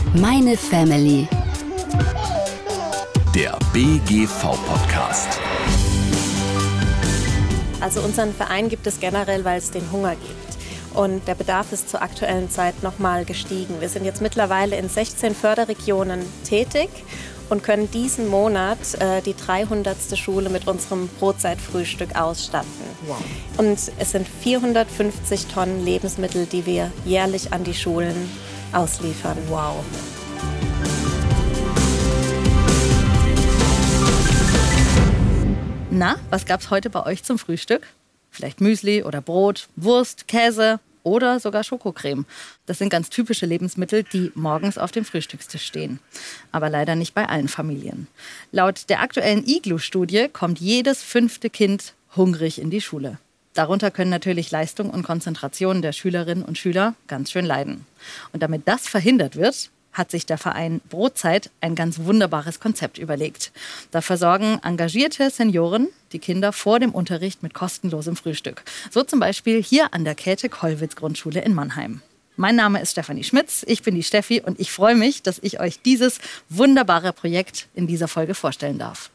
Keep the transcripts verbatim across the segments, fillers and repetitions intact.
Meine Family. Der B G V-Podcast. Also unseren Verein gibt es generell, weil es den Hunger gibt. Und der Bedarf ist zur aktuellen Zeit nochmal gestiegen. Wir sind jetzt mittlerweile in sechzehn Förderregionen tätig und können diesen Monat äh, die dreihundertste Schule mit unserem Brotzeitfrühstück ausstatten. Wow. Und es sind vierhundertfünfzig Tonnen Lebensmittel, die wir jährlich an die Schulen ausliefern. Wow. Na, was gab's heute bei euch zum Frühstück? Vielleicht Müsli oder Brot, Wurst, Käse oder sogar Schokocreme. Das sind ganz typische Lebensmittel, die morgens auf dem Frühstückstisch stehen. Aber leider nicht bei allen Familien. Laut der aktuellen I G L U-Studie kommt jedes fünfte Kind hungrig in die Schule. Darunter können natürlich Leistung und Konzentration der Schülerinnen und Schüler ganz schön leiden. Und damit das verhindert wird, hat sich der Verein Brotzeit ein ganz wunderbares Konzept überlegt. Da versorgen engagierte Senioren die Kinder vor dem Unterricht mit kostenlosem Frühstück. So zum Beispiel hier an der Käthe-Kollwitz-Grundschule in Mannheim. Mein Name ist Stefanie Schmitz, ich bin die Steffi und ich freue mich, dass ich euch dieses wunderbare Projekt in dieser Folge vorstellen darf.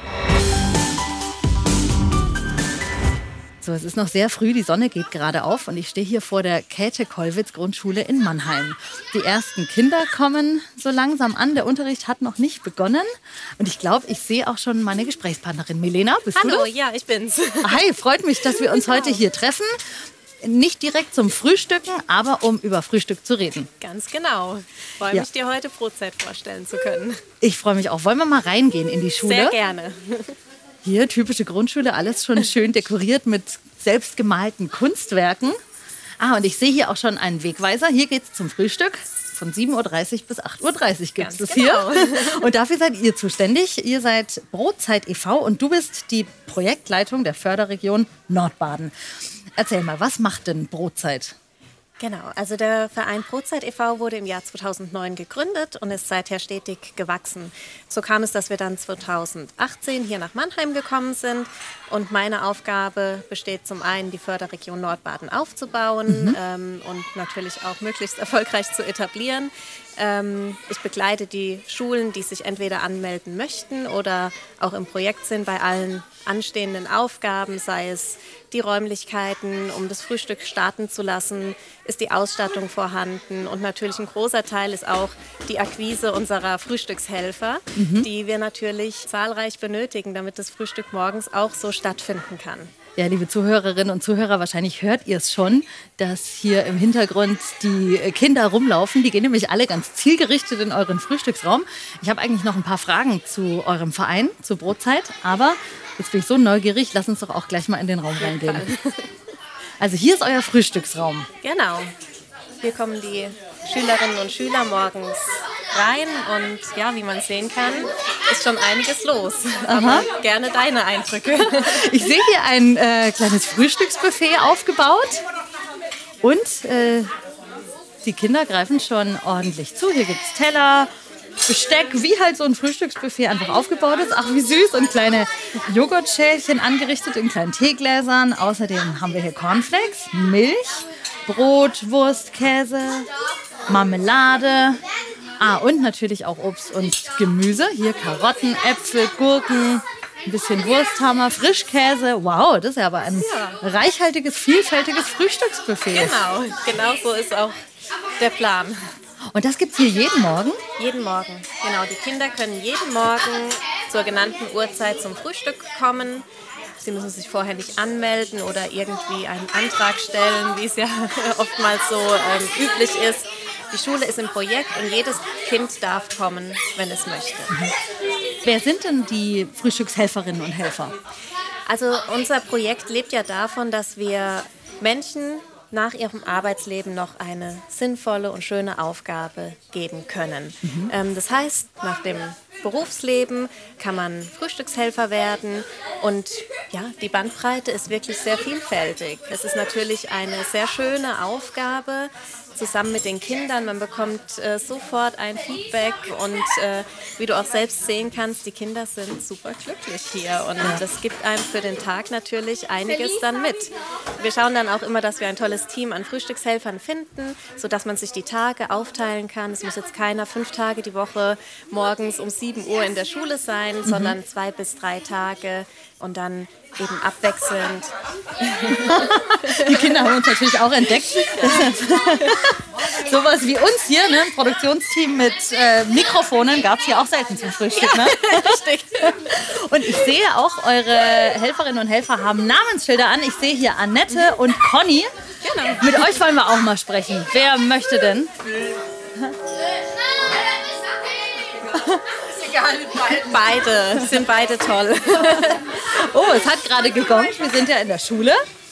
So, es ist noch sehr früh, die Sonne geht gerade auf und ich stehe hier vor der Käthe-Kollwitz-Grundschule in Mannheim. Die ersten Kinder kommen so langsam an, der Unterricht hat noch nicht begonnen und ich glaube, ich sehe auch schon meine Gesprächspartnerin. Milena, bist Hallo, du das? ja, ich bin's. Hi, freut mich, dass wir uns Genau. heute hier treffen. Nicht direkt zum Frühstücken, aber um über Frühstück zu reden. Ganz genau. Ich freue Ja. mich, dir heute Brotzeit vorstellen zu können. Ich freue mich auch. Wollen wir mal reingehen in die Schule? Sehr gerne. Hier, typische Grundschule, alles schon schön dekoriert mit selbstgemalten Kunstwerken. Ah, und ich sehe hier auch schon einen Wegweiser. Hier geht es zum Frühstück. Von sieben Uhr dreißig bis acht Uhr dreißig gibt es Ganz das genau. hier. Und dafür seid ihr zuständig. Ihr seid Brotzeit e V und du bist die Projektleitung der Förderregion Nordbaden. Erzähl mal, was macht denn Brotzeit? Genau, also der Verein Brotzeit e V wurde im Jahr zweitausendneun gegründet und ist seither stetig gewachsen. So kam es, dass wir dann zweitausendachtzehn hier nach Mannheim gekommen sind und meine Aufgabe besteht zum einen, die Förderregion Nordbaden aufzubauen mhm. ähm, und natürlich auch möglichst erfolgreich zu etablieren. Ähm, ich begleite die Schulen, die sich entweder anmelden möchten oder auch im Projekt sind bei allen anstehenden Aufgaben, sei es die Räumlichkeiten, um das Frühstück starten zu lassen, ist die Ausstattung vorhanden und natürlich ein großer Teil ist auch die Akquise unserer Frühstückshelfer, mhm. die wir natürlich zahlreich benötigen, damit das Frühstück morgens auch so stattfinden kann. Ja, liebe Zuhörerinnen und Zuhörer, wahrscheinlich hört ihr es schon, dass hier im Hintergrund die Kinder rumlaufen. Die gehen nämlich alle ganz zielgerichtet in euren Frühstücksraum. Ich habe eigentlich noch ein paar Fragen zu eurem Verein, zu Brotzeit, aber jetzt bin ich so neugierig, lass uns doch auch gleich mal in den Raum reingehen. Also hier ist euer Frühstücksraum. Genau. Hier kommen die Schülerinnen und Schüler morgens rein und ja, wie man sehen kann, ist schon einiges los. Aha. Aber gerne deine Eindrücke. Ich sehe hier ein äh, kleines Frühstücksbuffet aufgebaut und äh, die Kinder greifen schon ordentlich zu. Hier gibt es Teller, Besteck, wie halt so ein Frühstücksbuffet einfach aufgebaut ist. Ach, wie süß. Und kleine Joghurtschälchen angerichtet in kleinen Teegläsern. Außerdem haben wir hier Cornflakes, Milch, Brot, Wurst, Käse, Marmelade. Ah, und natürlich auch Obst und Gemüse. Hier Karotten, Äpfel, Gurken, ein bisschen Wurst haben wir, Frischkäse. Wow, das ist ja aber ein Ja. reichhaltiges, vielfältiges Frühstücksbuffet. Genau, genau so ist auch der Plan. Und das gibt's hier jeden Morgen? Jeden Morgen, genau. Die Kinder können jeden Morgen zur genannten Uhrzeit zum Frühstück kommen. Sie müssen sich vorher nicht anmelden oder irgendwie einen Antrag stellen, wie es ja oftmals so ähm, üblich ist. Die Schule ist im Projekt und jedes Kind darf kommen, wenn es möchte. Mhm. Wer sind denn die Frühstückshelferinnen und Helfer? Also unser Projekt lebt ja davon, dass wir Menschen nach ihrem Arbeitsleben noch eine sinnvolle und schöne Aufgabe geben können. Mhm. Ähm, das heißt, nach dem Berufsleben kann man Frühstückshelfer werden und ja, die Bandbreite ist wirklich sehr vielfältig. Es ist natürlich eine sehr schöne Aufgabe, zusammen mit den Kindern. Man bekommt äh, sofort ein Feedback und äh, wie du auch selbst sehen kannst, die Kinder sind super glücklich hier und das gibt einem für den Tag natürlich einiges dann mit. Wir schauen dann auch immer, dass wir ein tolles Team an Frühstückshelfern finden, sodass man sich die Tage aufteilen kann. Es muss jetzt keiner fünf Tage die Woche morgens um sieben Uhr in der Schule sein, mhm. sondern zwei bis drei Tage und dann eben abwechselnd. Die Kinder haben uns natürlich auch entdeckt. Sowas wie uns hier, ne? Ein Produktionsteam mit äh, Mikrofonen gab es hier auch selten zum Frühstück. Ne? Richtig. Und ich sehe auch, eure Helferinnen und Helfer haben Namensschilder an. Ich sehe hier Annette und Conny. Genau. Mit euch wollen wir auch mal sprechen. Wer möchte denn? Beide, sind beide toll. Oh, es hat gerade gegongt. Wir sind ja in der Schule.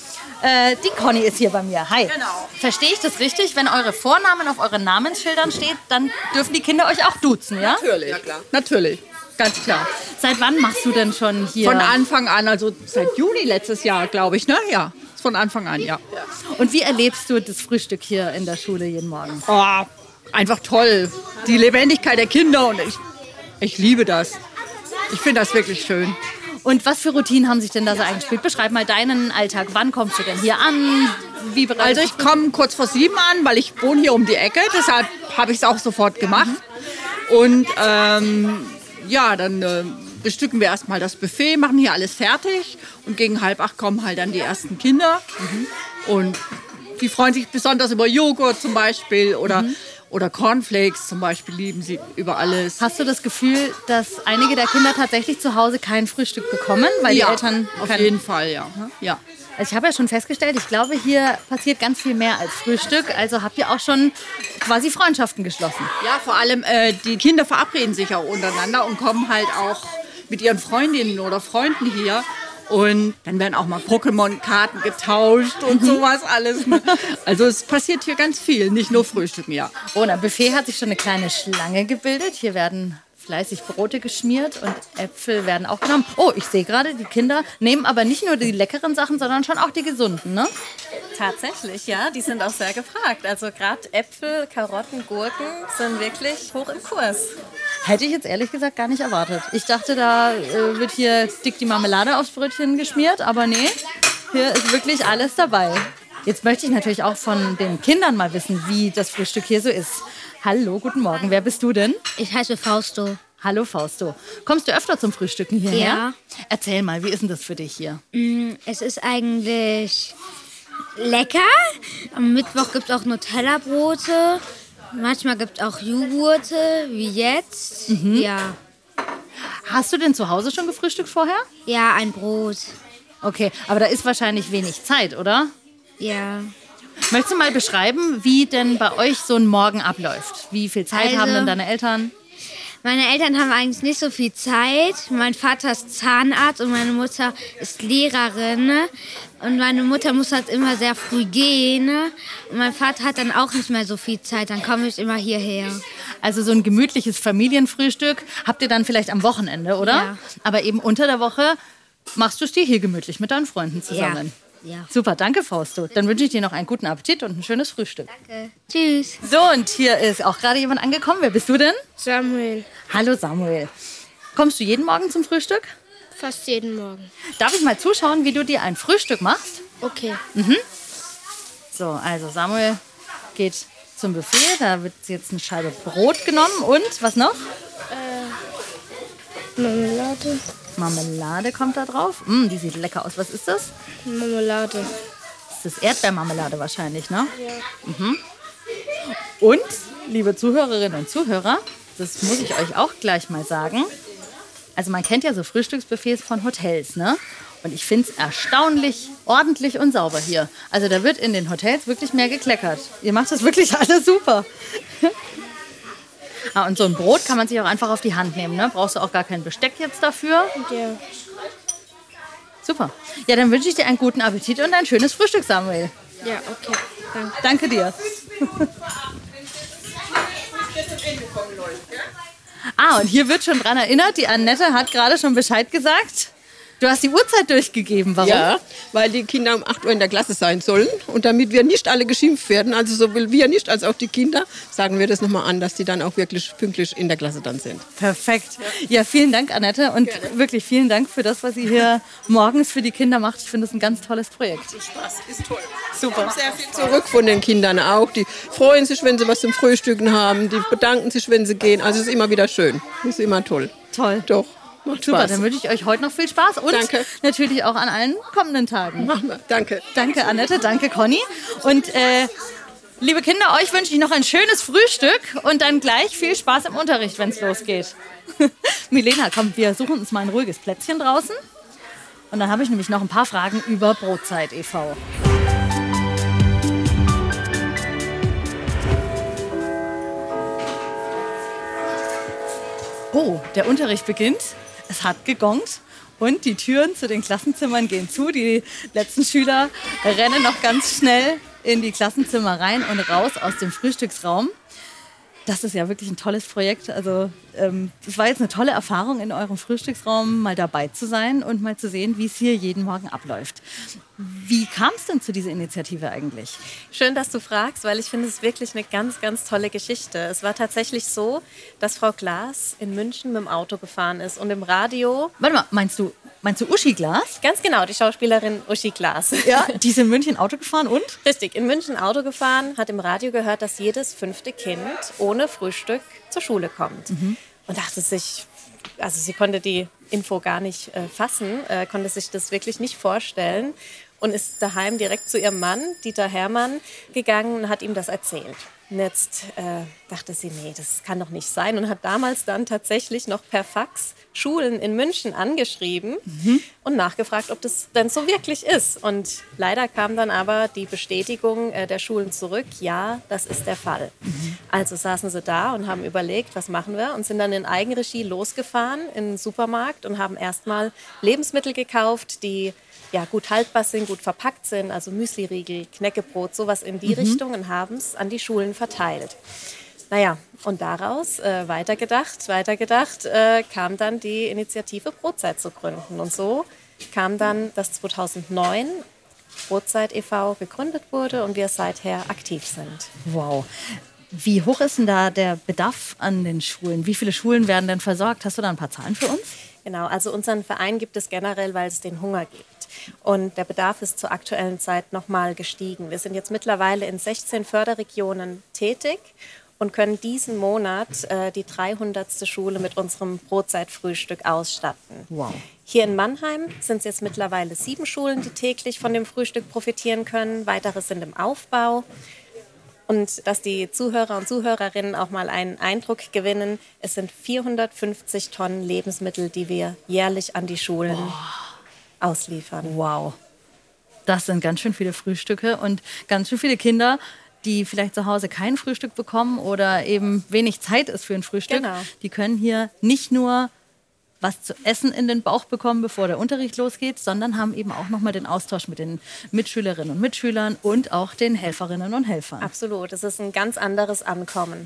Äh, die Conny ist hier bei mir. Hi. Genau. Verstehe ich das richtig? Wenn eure Vornamen auf euren Namensschildern steht, dann dürfen die Kinder euch auch duzen, ja? Natürlich, ja, klar. Natürlich, ganz klar. Seit wann machst du denn schon hier? Von Anfang an, also seit Juni letztes Jahr, glaube ich, ne? Ja, von Anfang an, ja. Und wie erlebst du das Frühstück hier in der Schule jeden Morgen? Oh, einfach toll. Die Lebendigkeit der Kinder und ich, ich liebe das. Ich finde das wirklich schön. Und was für Routinen haben sich denn da so eingespielt? Beschreib mal deinen Alltag. Wann kommst du denn hier an? Wie also ich komme kurz vor sieben an, weil ich wohne hier um die Ecke. Deshalb habe ich es auch sofort gemacht. Mhm. Und ähm, ja, dann äh, bestücken wir erstmal das Buffet, machen hier alles fertig. Und gegen halb acht kommen halt dann die ersten Kinder. Mhm. Und die freuen sich besonders über Joghurt zum Beispiel oder... Mhm. Oder Cornflakes zum Beispiel lieben sie über alles. Hast du das Gefühl, dass einige der Kinder tatsächlich zu Hause kein Frühstück bekommen? Weil ja, die Eltern auf jeden Fall, ja. ja. Also ich habe ja schon festgestellt, ich glaube, hier passiert ganz viel mehr als Frühstück. Also habt ihr auch schon quasi Freundschaften geschlossen? Ja, vor allem äh, die Kinder verabreden sich auch untereinander und kommen halt auch mit ihren Freundinnen oder Freunden hier. Und dann werden auch mal Pokémon-Karten getauscht und sowas alles. Ne? Also es passiert hier ganz viel, nicht nur Frühstücken, ja. Oh, und am Buffet hat sich schon eine kleine Schlange gebildet. Hier werden fleißig Brote geschmiert und Äpfel werden auch genommen. Oh, ich sehe gerade, die Kinder nehmen aber nicht nur die leckeren Sachen, sondern schon auch die gesunden, ne? Tatsächlich, ja. Die sind auch sehr gefragt. Also gerade Äpfel, Karotten, Gurken sind wirklich hoch im Kurs. Hätte ich jetzt ehrlich gesagt gar nicht erwartet. Ich dachte, da äh, wird hier dick die Marmelade aufs Brötchen geschmiert, aber nee, hier ist wirklich alles dabei. Jetzt möchte ich natürlich auch von den Kindern mal wissen, wie das Frühstück hier so ist. Hallo, guten Morgen. Wer bist du denn? Ich heiße Fausto. Hallo Fausto. Kommst du öfter zum Frühstücken hierher? Ja. Erzähl mal, wie ist denn das für dich hier? Es ist eigentlich lecker. Am Mittwoch gibt es auch Nutella-Brote. Manchmal gibt es auch Joghurte, wie jetzt. Mhm. Ja. Hast du denn zu Hause schon gefrühstückt vorher? Ja, ein Brot. Okay, aber da ist wahrscheinlich wenig Zeit, oder? Ja. Möchtest du mal beschreiben, wie denn bei euch so ein Morgen abläuft? Wie viel Zeit also, haben denn deine Eltern? Meine Eltern haben eigentlich nicht so viel Zeit. Mein Vater ist Zahnarzt und meine Mutter ist Lehrerin. Und meine Mutter muss halt immer sehr früh gehen. Und mein Vater hat dann auch nicht mehr so viel Zeit. Dann komme ich immer hierher. Also so ein gemütliches Familienfrühstück habt ihr dann vielleicht am Wochenende, oder? Ja. Aber eben unter der Woche machst du es dir hier gemütlich mit deinen Freunden zusammen. Ja. Ja. Super, danke Fausto. Dann wünsche ich dir noch einen guten Appetit und ein schönes Frühstück. Danke. Tschüss. So, und hier ist auch gerade jemand angekommen. Wer bist du denn? Samuel. Hallo Samuel. Kommst du jeden Morgen zum Frühstück? Fast jeden Morgen. Darf ich mal zuschauen, wie du dir ein Frühstück machst? Okay. Mhm. So, also Samuel geht zum Buffet. Da wird jetzt eine Scheibe Brot genommen. Und was noch? Äh, Marmelade. Marmelade kommt da drauf. Mm, die sieht lecker aus. Was ist das? Marmelade. Das ist Erdbeermarmelade wahrscheinlich, ne? Ja. Mhm. Und, liebe Zuhörerinnen und Zuhörer, das muss ich euch auch gleich mal sagen. Also man kennt ja so Frühstücksbuffets von Hotels, ne? Und ich finde es erstaunlich ordentlich und sauber hier. Also da wird in den Hotels wirklich mehr gekleckert. Ihr macht das wirklich alles super. Ah, und so ein Brot kann man sich auch einfach auf die Hand nehmen, ne? Brauchst du auch gar kein Besteck jetzt dafür. Ja. Super. Ja, dann wünsche ich dir einen guten Appetit und ein schönes Frühstück, Samuel. Ja, okay. Danke. Danke dir. Ah, Ah, und hier wird schon dran erinnert, die Annette hat gerade schon Bescheid gesagt. Du hast die Uhrzeit durchgegeben, warum? Ja, weil die Kinder um acht Uhr in der Klasse sein sollen. Und damit wir nicht alle geschimpft werden, also sowohl wir nicht als auch die Kinder, sagen wir das nochmal an, dass die dann auch wirklich pünktlich in der Klasse dann sind. Perfekt. Ja, vielen Dank, Annette. Und Gerne. Wirklich vielen Dank für das, was ihr hier morgens für die Kinder macht. Ich finde das ein ganz tolles Projekt. Spaß, ist toll. Super. Sehr viel zurück von den Kindern auch. Die freuen sich, wenn sie was zum Frühstücken haben. Die bedanken sich, wenn sie gehen. Also es ist immer wieder schön. Es ist immer toll. Toll. Doch. Macht Super, Spaß. dann wünsche ich euch heute noch viel Spaß und danke. Natürlich auch an allen kommenden Tagen. Machen wir. Danke. Danke, Annette, danke, Conny. Und äh, liebe Kinder, euch wünsche ich noch ein schönes Frühstück und dann gleich viel Spaß im Unterricht, wenn es losgeht. Milena, komm, wir suchen uns mal ein ruhiges Plätzchen draußen. Und dann habe ich nämlich noch ein paar Fragen über Brotzeit e V Oh, der Unterricht beginnt. Es hat gegongt und die Türen zu den Klassenzimmern gehen zu. Die letzten Schüler rennen noch ganz schnell in die Klassenzimmer rein und raus aus dem Frühstücksraum. Das ist ja wirklich ein tolles Projekt. Also ähm, es war jetzt eine tolle Erfahrung, in eurem Frühstücksraum mal dabei zu sein und mal zu sehen, wie es hier jeden Morgen abläuft. Wie kam es denn zu dieser Initiative eigentlich? Schön, dass du fragst, weil ich finde es wirklich eine ganz, ganz tolle Geschichte. Es war tatsächlich so, dass Frau Glas in München mit dem Auto gefahren ist und im Radio... Warte mal, meinst du, meinst du Uschi Glas? Ganz genau, die Schauspielerin Uschi Glas. Ja, die ist in München Auto gefahren und? Richtig, in München Auto gefahren, hat im Radio gehört, dass jedes fünfte Kind ohne Frühstück zur Schule kommt. Mhm. Und dachte sich, also sie konnte die Info gar nicht äh, fassen, äh, konnte sich das wirklich nicht vorstellen und ist daheim direkt zu ihrem Mann, Dieter Herrmann, gegangen und hat ihm das erzählt. Und jetzt äh, dachte sie, nee, das kann doch nicht sein und hat damals dann tatsächlich noch per Fax Schulen in München angeschrieben mhm. und nachgefragt, ob das denn so wirklich ist. Und leider kam dann aber die Bestätigung äh, der Schulen zurück, ja, das ist der Fall. Mhm. Also saßen sie da und haben überlegt, was machen wir und sind dann in Eigenregie losgefahren in den Supermarkt und haben erstmal Lebensmittel gekauft, die ja, gut haltbar sind, gut verpackt sind, also Müsliriegel, Knäckebrot, sowas in die mhm. Richtung und haben es an die Schulen verteilt. Naja, und daraus, äh, weitergedacht, weitergedacht, äh, kam dann die Initiative Brotzeit zu gründen. Und so kam dann, dass zweitausendneun Brotzeit e V gegründet wurde und wir seither aktiv sind. Wow. Wie hoch ist denn da der Bedarf an den Schulen? Wie viele Schulen werden denn versorgt? Hast du da ein paar Zahlen für uns? Genau, also unseren Verein gibt es generell, weil es den Hunger gibt. Und der Bedarf ist zur aktuellen Zeit nochmal gestiegen. Wir sind jetzt mittlerweile in sechzehn Förderregionen tätig und können diesen Monat äh, die dreihundertste Schule mit unserem Brotzeitfrühstück ausstatten. Wow. Hier in Mannheim sind es jetzt mittlerweile sieben Schulen, die täglich von dem Frühstück profitieren können. Weitere sind im Aufbau. Und dass die Zuhörer und Zuhörerinnen auch mal einen Eindruck gewinnen, es sind vierhundertfünfzig Tonnen Lebensmittel, die wir jährlich an die Schulen oh. ausliefern. Wow, das sind ganz schön viele Frühstücke und ganz schön viele Kinder, die vielleicht zu Hause kein Frühstück bekommen oder eben wenig Zeit ist für ein Frühstück. Genau. Die können hier nicht nur was zu essen in den Bauch bekommen, bevor der Unterricht losgeht, sondern haben eben auch nochmal den Austausch mit den Mitschülerinnen und Mitschülern und auch den Helferinnen und Helfern. Absolut, es ist ein ganz anderes Ankommen.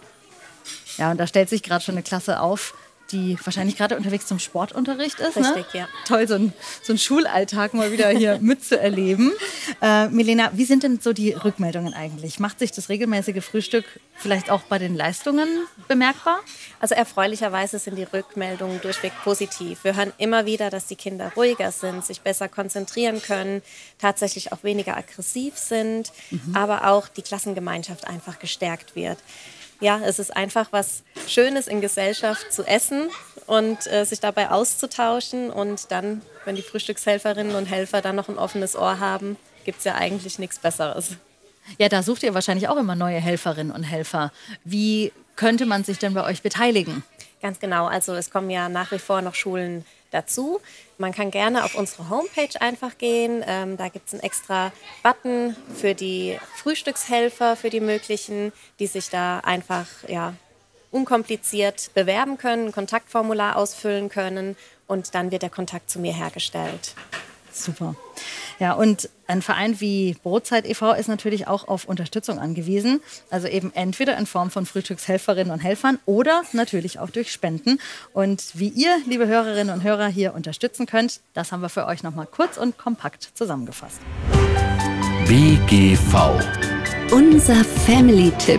Ja, und da stellt sich gerade schon eine Klasse auf, die wahrscheinlich gerade unterwegs zum Sportunterricht ist. Richtig, ne? ja. Toll, so ein, so ein Schulalltag mal wieder hier mitzuerleben. Äh, Milena, wie sind denn so die Rückmeldungen eigentlich? Macht sich das regelmäßige Frühstück vielleicht auch bei den Leistungen bemerkbar? Also erfreulicherweise sind die Rückmeldungen durchweg positiv. Wir hören immer wieder, dass die Kinder ruhiger sind, sich besser konzentrieren können, tatsächlich auch weniger aggressiv sind, mhm. aber auch die Klassengemeinschaft einfach gestärkt wird. Ja, es ist einfach was Schönes in Gesellschaft zu essen und äh, sich dabei auszutauschen. Und dann, wenn die Frühstückshelferinnen und Helfer dann noch ein offenes Ohr haben, gibt es ja eigentlich nichts Besseres. Ja, da sucht ihr wahrscheinlich auch immer neue Helferinnen und Helfer. Wie könnte man sich denn bei euch beteiligen? Ganz genau, also es kommen ja nach wie vor noch Schulen dazu. Man kann gerne auf unsere Homepage einfach gehen. Ähm, da gibt es einen extra Button für die Frühstückshelfer, für die möglichen, die sich da einfach ja, unkompliziert bewerben können, ein Kontaktformular ausfüllen können und dann wird der Kontakt zu mir hergestellt. Super. Ja, und ein Verein wie Brotzeit e V ist natürlich auch auf Unterstützung angewiesen. Also eben entweder in Form von Frühstückshelferinnen und Helfern oder natürlich auch durch Spenden. Und wie ihr, liebe Hörerinnen und Hörer, hier unterstützen könnt, das haben wir für euch nochmal kurz und kompakt zusammengefasst. B G V. Unser Family-Tipp.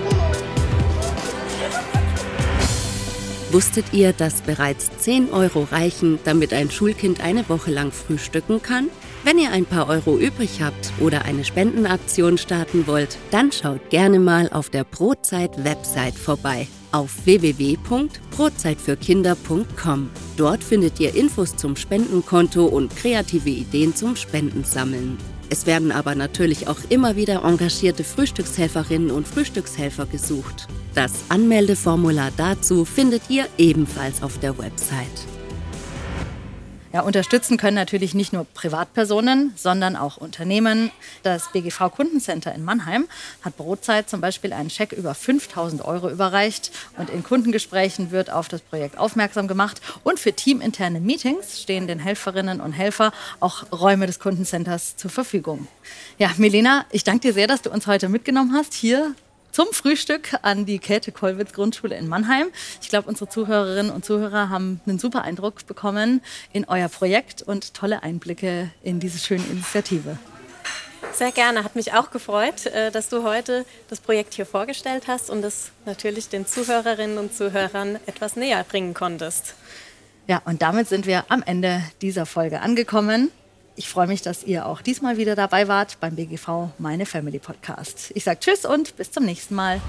Wusstet ihr, dass bereits zehn Euro reichen, damit ein Schulkind eine Woche lang frühstücken kann? Wenn ihr ein paar Euro übrig habt oder eine Spendenaktion starten wollt, dann schaut gerne mal auf der Brotzeit-Website vorbei auf w w w punkt brotzeitfürkinder punkt com. Dort findet ihr Infos zum Spendenkonto und kreative Ideen zum Spendensammeln. Es werden aber natürlich auch immer wieder engagierte Frühstückshelferinnen und Frühstückshelfer gesucht. Das Anmeldeformular dazu findet ihr ebenfalls auf der Website. Ja, unterstützen können natürlich nicht nur Privatpersonen, sondern auch Unternehmen. Das B G V-Kundencenter in Mannheim hat Brotzeit zum Beispiel einen Scheck über fünftausend Euro überreicht. Und in Kundengesprächen wird auf das Projekt aufmerksam gemacht. Und für teaminterne Meetings stehen den Helferinnen und Helfern auch Räume des Kundencenters zur Verfügung. Ja, Milena, ich danke dir sehr, dass du uns heute mitgenommen hast hier zum Frühstück an die Käthe-Kollwitz-Grundschule in Mannheim. Ich glaube, unsere Zuhörerinnen und Zuhörer haben einen super Eindruck bekommen in euer Projekt und tolle Einblicke in diese schöne Initiative. Sehr gerne, hat mich auch gefreut, dass du heute das Projekt hier vorgestellt hast und es natürlich den Zuhörerinnen und Zuhörern etwas näher bringen konntest. Ja, und damit sind wir am Ende dieser Folge angekommen. Ich freue mich, dass ihr auch diesmal wieder dabei wart beim B G V Meine Family Podcast. Ich sage Tschüss und bis zum nächsten Mal.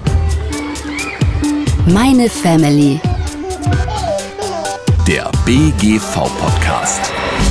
Meine Family. Der B G V Podcast.